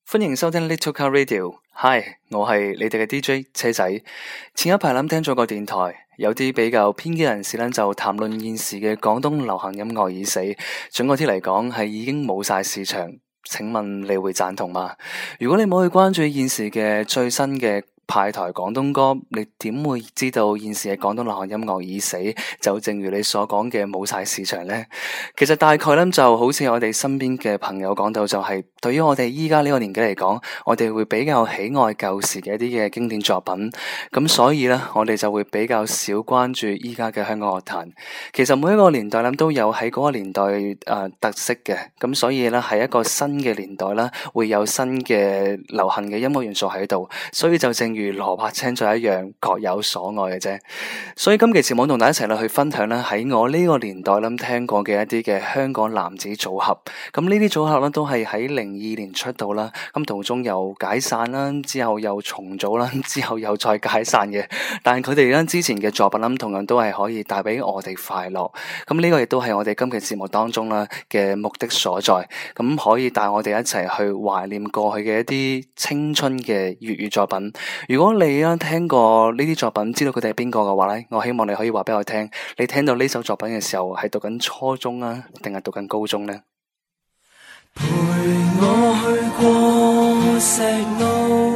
歡迎收聽 Little Car Radio。Hi， 我係你哋嘅 DJ 車仔。前一排聽咗個電台，有啲比較偏激人士就談論現時嘅廣東流行音樂已死，準確啲嚟講係已經冇晒市場。請問你會贊同嗎？如果你冇去關注現時嘅最新嘅派台廣東歌，你點會知道現時嘅廣東流行音樂已死？就正如你所講嘅冇晒市場呢？其實大概就好似我哋身邊嘅朋友講到，就係對於我哋依家呢個年紀嚟講，我哋會比較喜愛舊時嘅一啲嘅經典作品，咁所以呢，我哋就會比較少關注依家嘅香港樂壇。其實每一個年代都有喺嗰個年代特色嘅，咁所以呢，係一個新嘅年代啦，會有新嘅流行嘅音樂元素喺度，所以就正如蘿蔔青菜一樣，各有所愛嘅啫。所以今期節目同大家一齊去分享喺我呢個年代聽過嘅一啲嘅香港男子組合。咁呢啲組合都係喺02年出道啦，咁途中又解散啦，之後又重組啦，之後又再解散嘅。但係佢哋之前嘅作品同樣都係可以帶俾我哋快樂。咁呢個亦都係我哋今期節目當中嘅目的所在。咁可以帶我哋一齊去懷念過去嘅一啲青春嘅粵語作品。如果你聽過呢啲作品，知道佢哋係邊個嘅話呢，我希望你可以話俾我聽，你聽到呢首作品嘅時候係讀緊初中啊，定係讀緊高中呢？ 陪我去過石澳，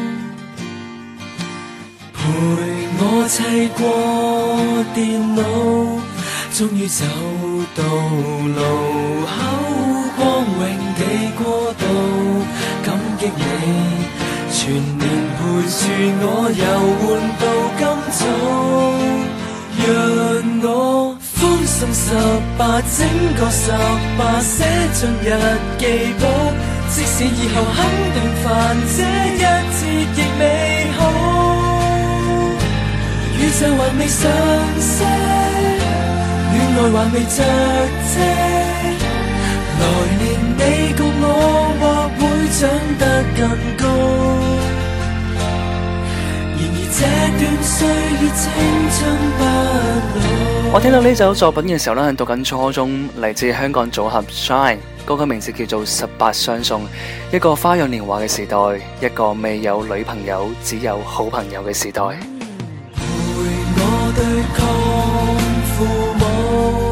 陪我砌過電腦，終於走到路口，光榮地過渡，感激你全年陪住我遊玩到今早，讓我歡送18，整個18寫進日記簿，即使以後肯定煩，這一節亦美好。宇宙還未上色，戀愛還未着遮，來年你共我或會長得更高。這段歲月青春不老。 我聽到呢首作品嘅時候係讀緊初中，嚟自香港組合 Shine， 歌曲名字叫做18相送。一個花樣年華嘅時代，一個未有女朋友只有好朋友嘅時代。 陪我對抗父母，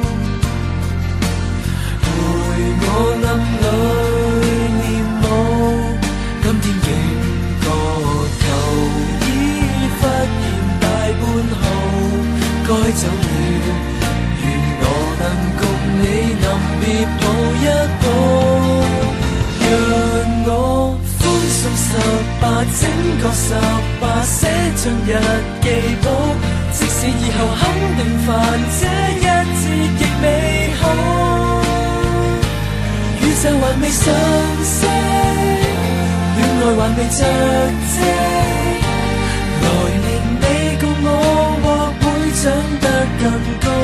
陪我暗裏念舞，今天竟覺頭忽然大半號該走了，願我能共你臨別抱一抱，讓我歡送18，整個18寫進日記簿，即使以後肯定煩，這一節亦美好。宇宙還未上色，戀愛還未着遮，來年你共我或會長得更高，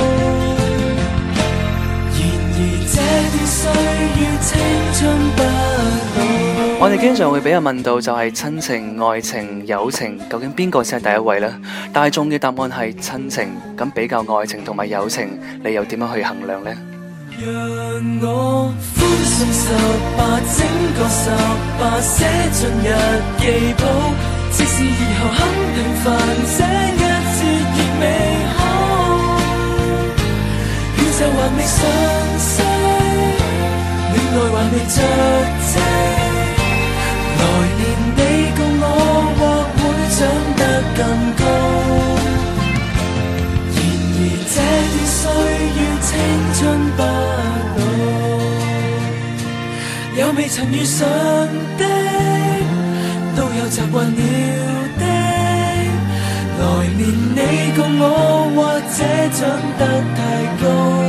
然而這段歲月青春不老。 我哋經常會俾人問到，就係親情、愛情、友情，究竟邊個先係第一位呢？大眾嘅答案係親情，咁比較愛情同埋友情，你又點樣去衡量呢？ 讓我歡送18，整個18寫進日記簿，即使以後肯定煩，這一節亦美好。宇宙還未上色，戀愛還未着遮，來年你共我或會長得更高。然而這段歲月青春不老，有未曾遇上的，都有習慣了的，來年你共我或者長得太高，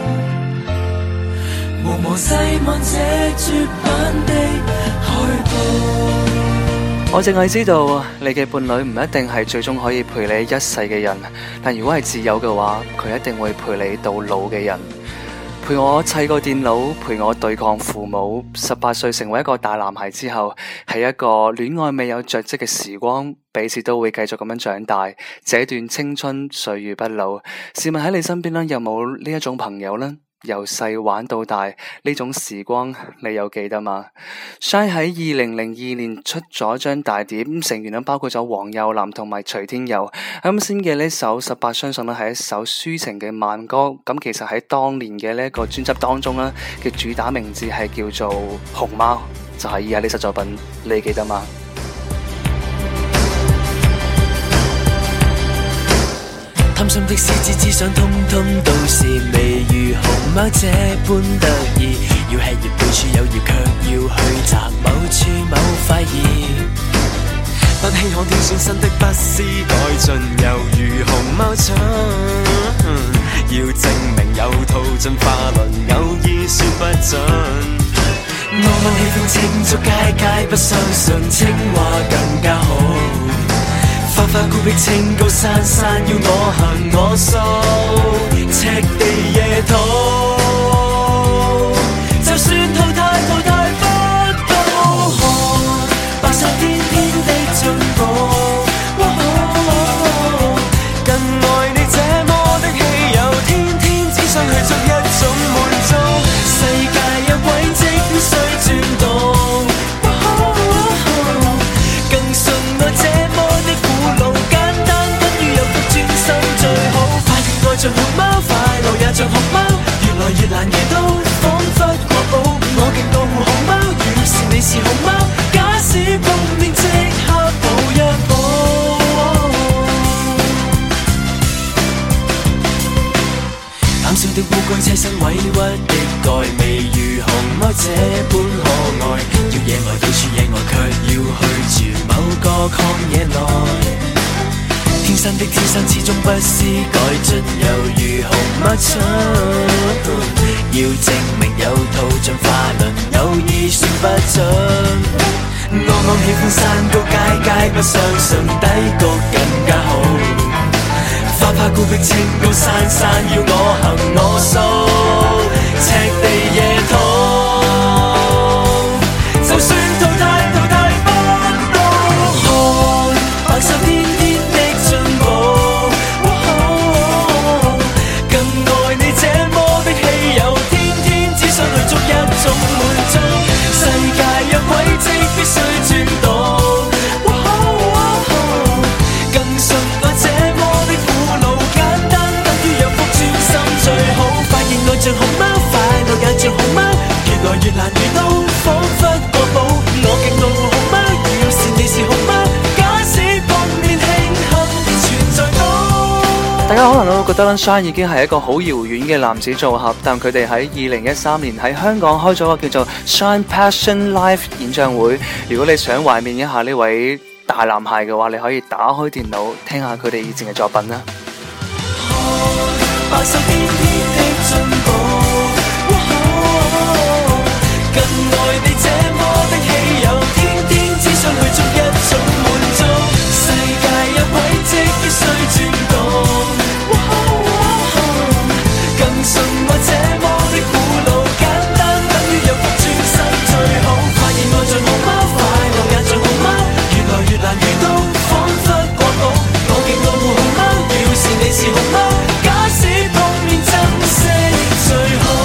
無磨細看這絕版的海報。 我淨係知道你嘅伴侶唔一定係最終可以陪你一世嘅人，但如果係摯友嘅話，佢一定會陪你到老嘅人。陪我砌個電腦，陪我對抗父母。18歲成為一個大男孩之後，係一個戀愛未有着跡嘅時光，彼此都會繼續咁樣長大。這段青春歲月不老，試問喺你身邊有冇呢一種朋友呢？ 由細玩到大呢種時光，你有記得嗎？ Shine 喺2002年出咗張大碟，成員包括咗黃又南同埋徐天佑。啱先嘅呢首18相信係一首抒情嘅慢歌，咁其實喺當年嘅呢一個專輯當中呢嘅主打名字係叫做熊貓，就係以下呢首作品，你記得嗎？ 貪心的獅子只想通通到時，未如熊貓這般得意，要吃葉到處有葉，卻要去摘某處某塊葉。不稀罕挑選新的不思改進，猶如熊貓蠢，要證明有套進化論，偶爾算不準。我們喜歡清竹街街，不相信青蛙更加好。花花孤僻清高山山，要我行我素，赤地野土，就算淘汰不都看，白手天天的進步。更愛你這麼的稀有，天天只想去捉一種滿足，世界有軌跡必須轉動。更信我這麼的苦惱，簡單等於有福專心最好。快樂愛像熊貓，快樂也像熊貓，越來越難遇到，彷彿國寶。我極度護熊貓，要是你是熊貓，假使碰面即刻抱一抱。膽小的烏龜棲身委屈的蓋，未如熊貓這般可愛。要野外到處野外，卻要去住某個曠野內。天生的天生始終不思改進，猶如熊貓蠢，要證明有套進化論，偶爾算不準。我喜歡山高街街，不相信低谷更加好。花花孤僻清高山山，要我行我素，赤地野土，就算淘汰不都看，白手天天的進步。更愛你這麼的稀有，天天只想去捉一種滿足，世界有軌跡必須轉動。更信我這麼的苦惱，簡單等於有福專心最好。發現愛像熊貓，快樂也像熊貓，越來越難遇到，彷彿國寶。我極度護熊貓，要是你是熊貓，假使碰面慶幸存在到。 大家可能都會覺得 Shine 已經係一個好遙遠嘅男子組合，但佢哋喺2013年喺香港開咗個叫做 Shine Passion Live 演唱會。如果你想懷念一下呢位大男孩嘅話，你可以打開電腦聽下佢哋以前嘅作品啦。 白手天天的進步，更愛你這麼的稀有，天天只想去捉一種滿足，世界有軌跡必須轉動。更信我這麼的苦惱，簡單等於有福專心最好。發現愛像熊貓，快樂也像熊貓，越來越難遇到，彷彿國寶。我極度護熊貓，要是你是熊貓，假使碰面珍惜最好。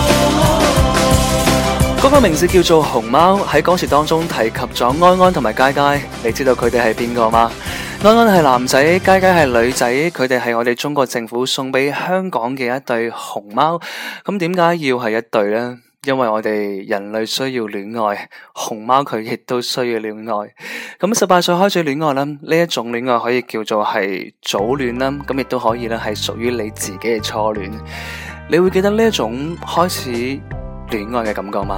嗰個名字叫做熊貓，喺歌詞當中提及咗安安同埋佳佳，你知道佢哋係邊個嗎？安安係男仔，佳佳係女仔，佢哋係我哋中國政府送俾香港嘅一對熊貓。咁點解要係一對呢？因為我哋人類需要戀愛，熊貓佢亦都需要戀愛。咁18歲開始戀愛啦，呢一種戀愛可以叫做係早戀啦，咁亦都可以咧係屬於你自己嘅初戀。你會記得呢一種開始戀愛嘅感覺嗎？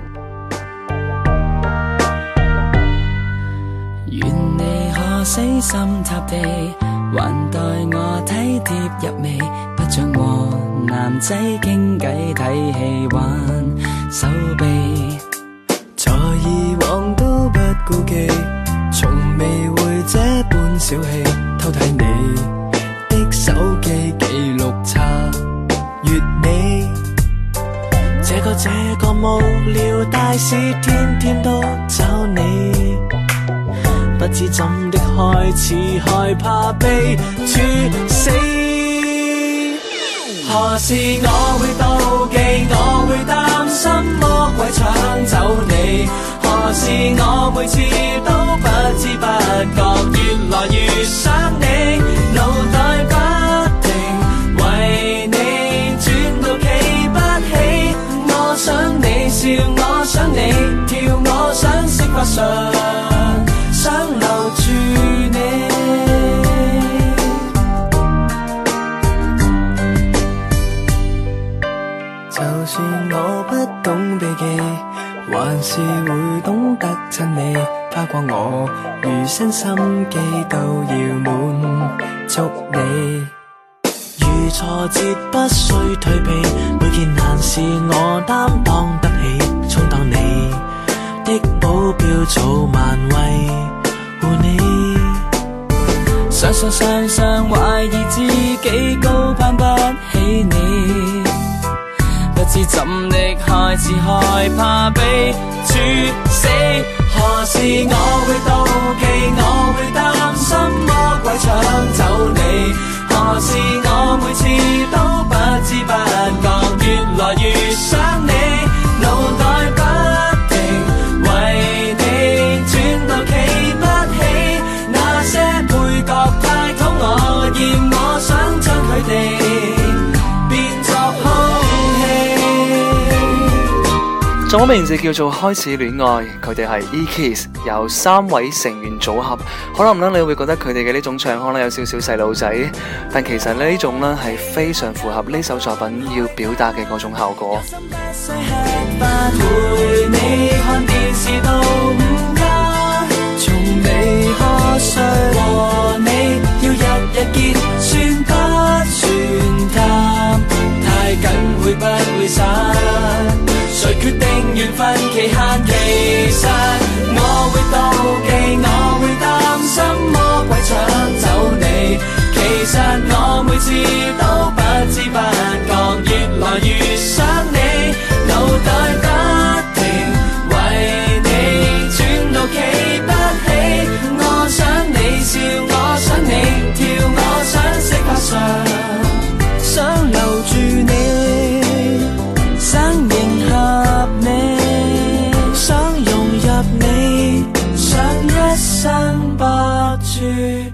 願你可死心塌地，還待我體貼入微，不像和男仔傾偈睇戲玩手臂，在以往都不顧忌，從未會這般小氣，偷睇你的手機記錄查閱你，這個無聊大事，天天都找你，不知怎的開始害怕被處死。何時我會妒忌，我會擔心魔鬼搶走你。何時我每次都不知不覺越來越想你，腦袋不停為你轉到企不起。我想你笑，我想你跳，我想釋法上，想留住你。就算我不懂避忌，還是會懂得親你，花光我餘生心機都要滿足你。遇挫折不需退避，每件難事我擔當得起，充當你的保鏢，早晚維護你。常懷疑自己高攀不起你，不知怎的開始害怕被處死。何時我會妒忌，我會擔心魔鬼搶走你。何時我每次都不知不覺越來越想你，腦袋不停為你轉到企不起。那些配角太討我厭，我想將佢哋變作空氣。 仲有名字叫做開始戀愛，佢哋係 E-Kids， 由3位成員組合。可能咧你會覺得佢哋嘅呢種唱腔咧有少少細路仔，但其實呢種咧係非常符合呢首作品要表達嘅嗰種效果。 陪你看電視到午間，從未瞌睡，和你要日日見，算不算淡？太緊會不會散？誰決定緣分期限？其實我會妒忌，我會擔心魔鬼搶走你。其實我每次都不知不覺越來越想你，腦袋不停為你轉到企不起。我想你笑，我想你跳，我想釋法上，想留住你，想迎合你，想融入你，想一生霸住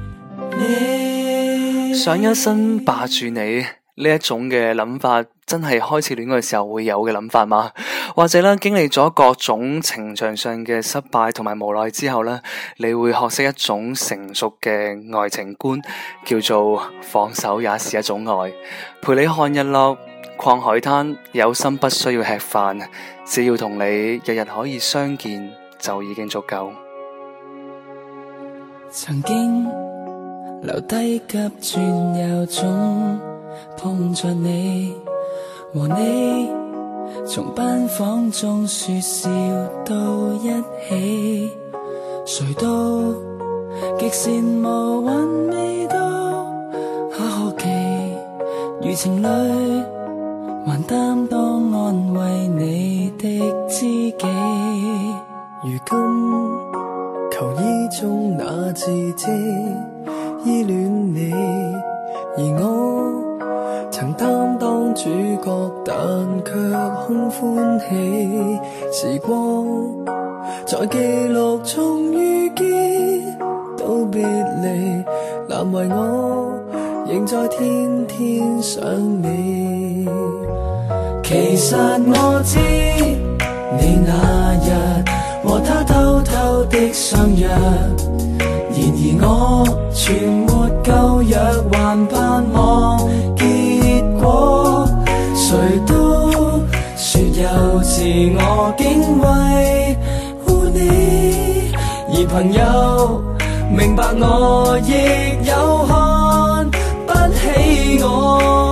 你， 想一生霸住你。呢一種嘅諗法真係開始戀愛嘅時候會有嘅諗法嗎？或者咧經歷咗各種情場上嘅失敗同埋無奈之後咧，你會學識一種成熟嘅愛情觀，叫做放手也是一種愛。陪你看日落，逛海灘，有心不需要吃飯，只要同你日日可以相見就已經足夠。 曾經留低急轉右中碰着你，和你從班房中說笑到一起，誰都極羨慕還未到下學期，如情侶還擔當安慰你的知己。如今求衣中那字跡依戀你，而我曾擔當主角，但卻空歡喜。時光在記錄中遇見到別離，難為我仍在天天想你。其實我知你那日和他偷偷的相約，然而我全沒夠約，還盼望結果。誰都說有時我竟為護你，而朋友明白我亦有看不起我。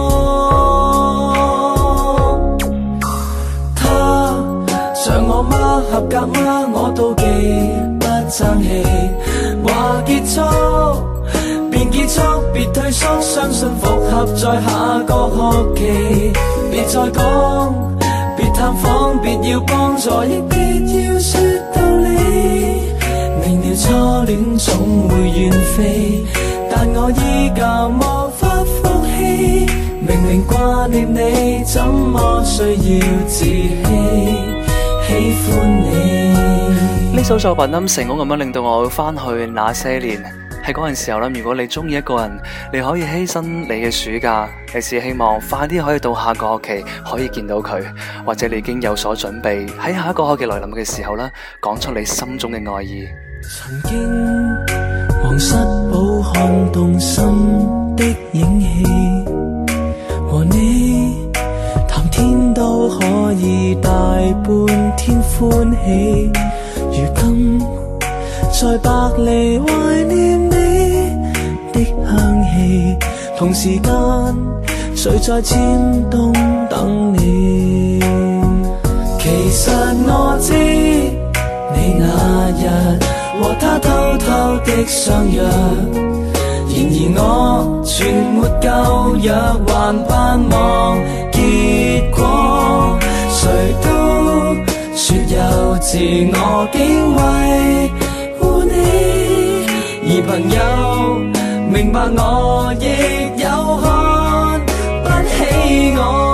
他像我嗎？合格嗎？我妒忌不爭氣，話結束便結束，別退縮，相信復合在下個學期。別再講，別探訪，別要幫助，亦別要說道理。明了初戀總會遠飛，但我依舊無法放棄。 明明掛念你，怎麼需要自欺？喜歡你呢首作品成功咁樣令到我翻去那些年，喺嗰陣時候如果你中意一個人，你可以犧牲你嘅暑假，你只希望快啲可以到下個學期可以見到佢，或者你已經有所準備，喺下一個學期來臨嘅時候講出你心中嘅愛意。 曾經皇室堡看動心的影戲，和你談天都可以大半天歡喜，如今在百里懷念你的香氣，同時間誰在尖東等你？其實我知你那日和他偷偷的相約，然而我全沒夠約，還盼望結果。誰都說有自我敬畏護你，而朋友明白我亦有看不起我。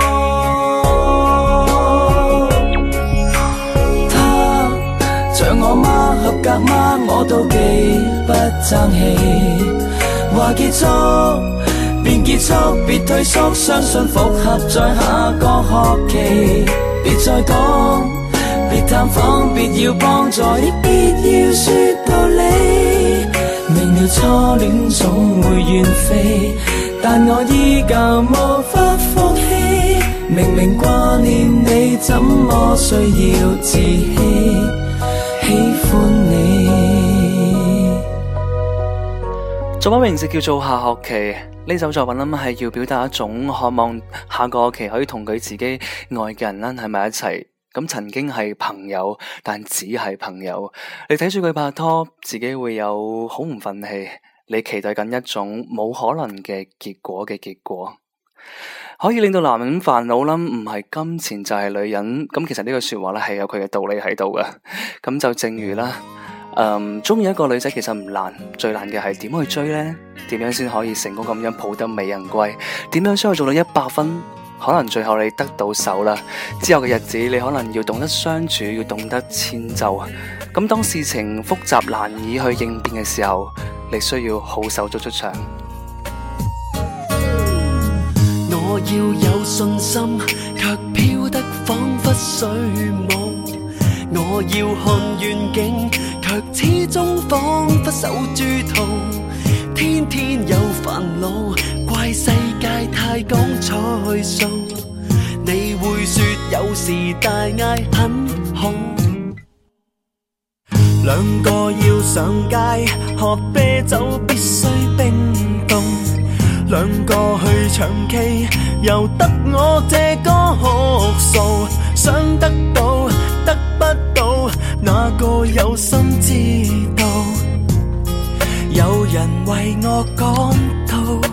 他像我嗎？合格嗎？我都既不爭氣，話結束便結束，別退縮，相信復合在下個學期。別再講，別探訪，別要幫助，亦別要說道理。明了初戀總會遠飛，但我依舊無法放棄。明明掛念你，怎麼需要自欺？喜歡你。 作品名字叫做下學期，呢首作品係要表達一種渴望下個學期可以同佢自己愛嘅人喺埋一齊。咁曾經係朋友，但只係朋友。你睇住佢拍拖，自己會有好唔忿氣。你期待緊一種冇可能嘅結果嘅結果，可以令到男人煩惱啦。唔係金錢就係女人。咁其實呢句說話係有佢嘅道理喺度嘅。咁就正如啦。中意一個女仔其實唔難，最難嘅係點去追呢？點樣先可以成功咁樣抱得美人歸？點樣先可以做到100分？可能最後你得到手啦，之後嘅日子你可能要懂得相處，要懂得遷就。咁當事情複雜難以去應變嘅時候，你需要好手足出場。 我要有信心，卻飄得彷彿水母。我要看遠景，卻始終彷彿守株途。天天有煩惱，怪世界太講彩數。你會說有時大嗌很好，兩個要上街喝啤酒必須冰凍，兩個去唱 K 由得我這歌哭訴，想得到得不到，哪個有心知道？有人為我趕到，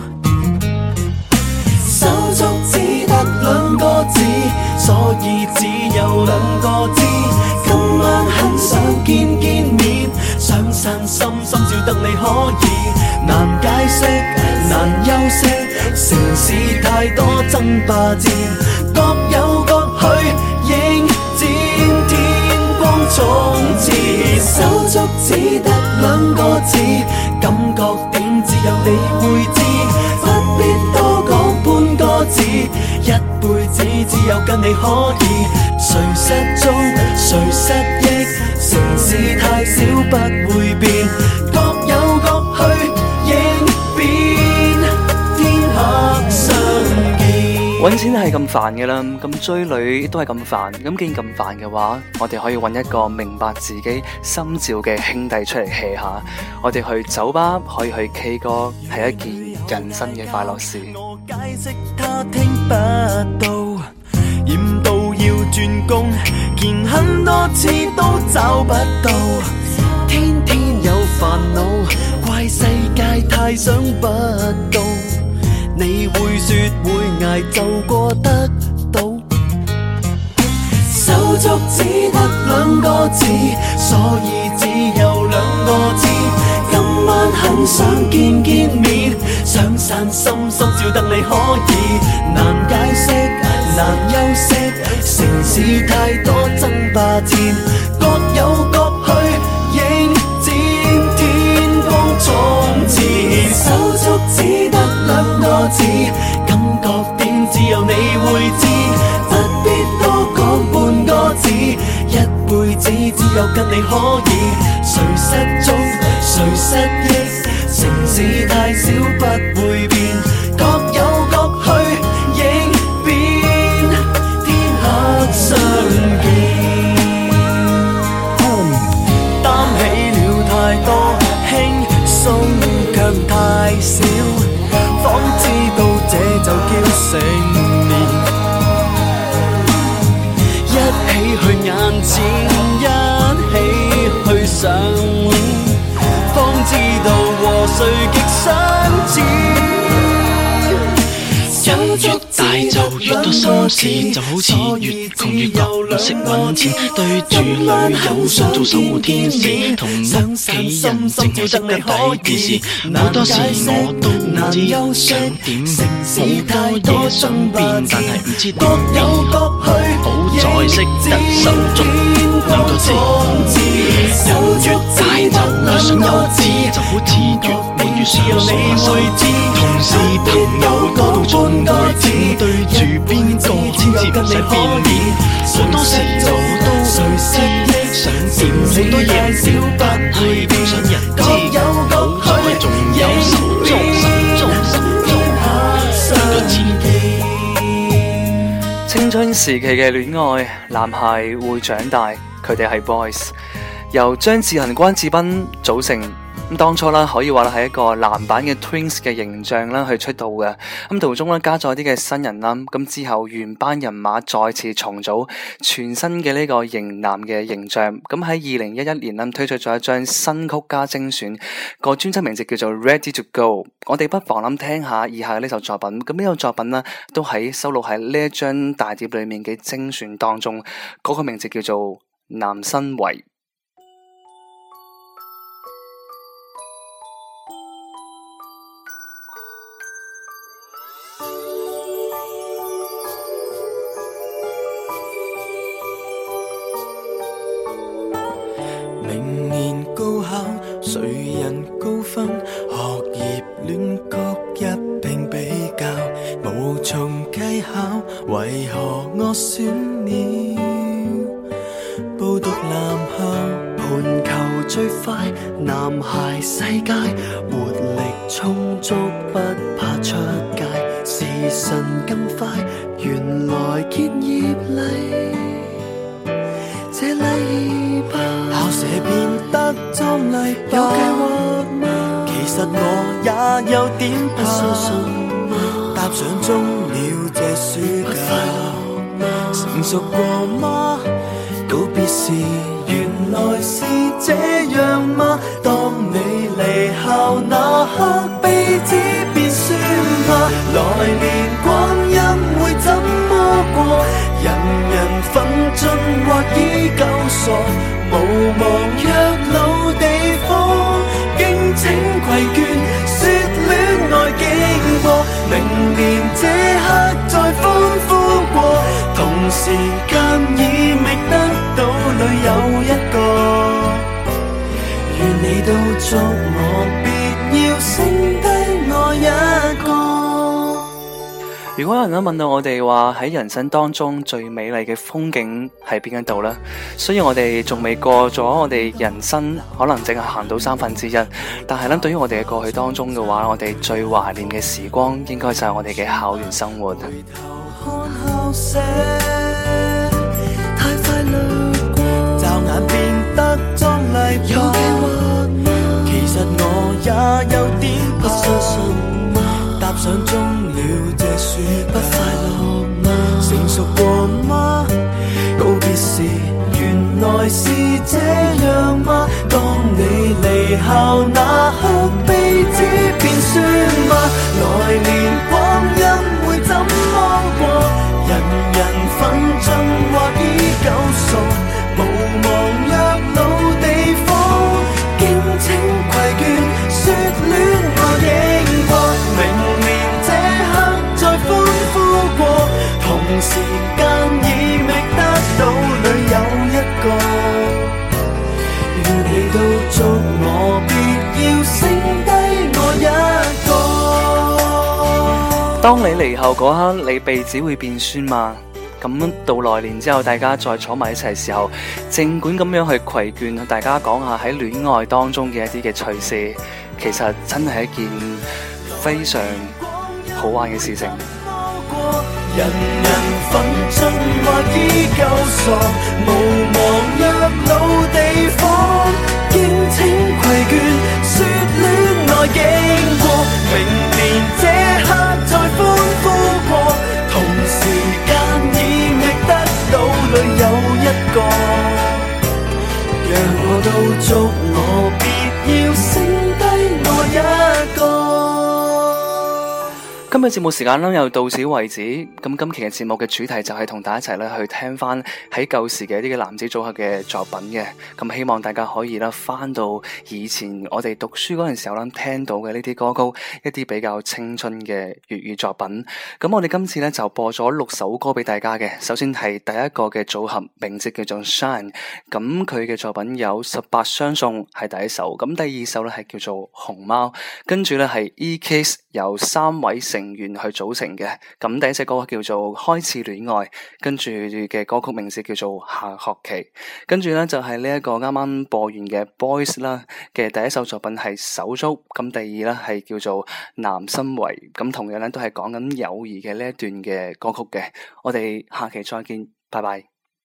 手足只得兩個字，所以只有兩個字。今晚很想見面，想散心，心照得你可以，難解釋，難休息，城市太多爭霸戰，各有各去應戰，天光總至，手足只得兩個字，感覺點只有你會知，不必多講半個字，一輩子只有跟你可以，誰失蹤誰失憶，城市太小不會變，各有各去應變，天黑相見。 揾錢係咁煩嘅啦，咁追女都係咁煩。咁既然咁煩嘅話，我哋可以揾一個明白自己心照嘅兄弟出嚟 hea 下。我哋去酒吧，可以去 K 歌，係一件人生嘅快樂事。 我解釋他聽不到，厭到要轉工，見很多次都找不到，天天有煩惱，怪世界太想不到。你會說會捱就過得到，手足只得兩個字，所以只有兩個字。今晚很想見面， 想散心，心照得你可以難解釋，難休息。城市太多爭霸戰，各有各去應戰，天光衝刺，手足只得兩個字，感覺點只有你會知，不必多講半個字，一輩子只有跟你可以，誰失蹤誰失憶，城市太小不會變，各有各去應變，天黑相見。擔起了太多，輕鬆卻太少，仿知道這就叫成年。一起去眼前，一起去上演，方知道和誰極相似。 人越大就越多心事，就好似越窮越覺唔識揾錢，對住女友想做守護天使，同屋企人淨係識得睇電視，好多時我都唔知想點，好多嘢想變，但係唔知點變。好在識得手足兩個字，人越大就越想幼稚，就好似越嚟越想傻下手，同事朋友多到盡愛字，對住邊個先至唔使變面，好多時我都知想點，好多嘢唔知，但係唔想人知，好在仲有手足兩個字。 青春時期嘅戀愛，男孩會長大，佢哋係 boys， 由張智恒、關智斌組成。咁當初啦，可以話係一個男版嘅 Twins 嘅形象啦，去出道嘅。咁途中咧加咗一啲嘅新人啦，咁之後原班人馬再次重組，全新嘅呢個型男嘅形象。咁喺2011年啦，推出咗一張新曲加精選，個專輯名字叫做 Ready to Go。我哋不妨諗聽下以下嘅呢首作品。咁呢首作品呢，都喺收錄喺呢一張大碟裏面嘅精選當中，嗰個名字叫做男生圍。 明年高考，誰人高分？學業戀曲一併比較，無從計考，為何我選了報讀男校？盤球最快，男孩世界，活力充足，不怕出界。時辰咁快，原來結業禮。這禮拜校舍變得壯麗，有計劃嗎？其實我也有點不相信，踏上終了這暑假，成熟過嗎？告別時原來是這樣嗎？當你離校那刻，鼻子變酸嗎？來年光陰會怎麼過？人人奮進或已夠傻，無望約老地方，敬請攜眷說戀愛經過。明年這刻再歡呼過，同時間已覓得到女友一個。願你都祝我，別要剩低我一個。 如果有人問到我哋話喺人生當中最美麗嘅風景喺邊一度呢？雖然我哋仲未過咗我哋人生，可能淨係行到1/3，但係咧對於我哋嘅過去當中嘅話，我哋最懷念嘅時光應該就係我哋嘅校園生活。 回頭看校舍，太快掠過，驟眼變得壯麗。有計劃嗎？其實我也有點不相信，踏上終了這暑不快樂嗎？成熟過嗎？告別時原來是這樣嗎？當你離校那刻，鼻子變酸嗎？來年光陰會怎麼過？人人奮進或已夠傻，無望約老地方，敬請攜眷說戀愛經過。 當你離後嗰刻，你鼻子會變酸嘛？咁到來年之後，大家再坐埋一齊嘅時候，盡管咁樣去攜眷，大家講下喺戀愛當中嘅一啲嘅趣事，其實真係一件非常好玩嘅事情。 人人奮進或依舊傻，無望若老地方，敬請攜眷說戀愛經過，明年這刻再歡呼過，同時間已覓得到裏有一個，讓我都祝我別要剩低我一個。 今日節目時間又到此為止，咁今期嘅節目嘅主題就係同大家一齊去聽翻喺舊時嘅一啲嘅男子組合嘅作品嘅，咁希望大家可以翻到以前我哋讀書嗰陣時候聽到嘅呢啲歌曲，一啲比較青春嘅粵語作品。咁我哋今次就播咗6首歌俾大家嘅，首先係第一個嘅組合，名字叫做 Shine， 咁佢嘅作品有18相送係第一首，咁第二首係叫做熊貓，跟住係 E-Kiss 由3位成員去組成嘅，咁第一隻歌叫做開始戀愛，跟住嘅歌曲名字叫做下學期，跟住就係呢一個啱啱播完嘅 Boys 啦嘅第一首作品係手足，咁第二係叫做南心圍，咁同樣都係講緊友誼嘅呢一段嘅歌曲嘅，我哋下期再見，拜拜。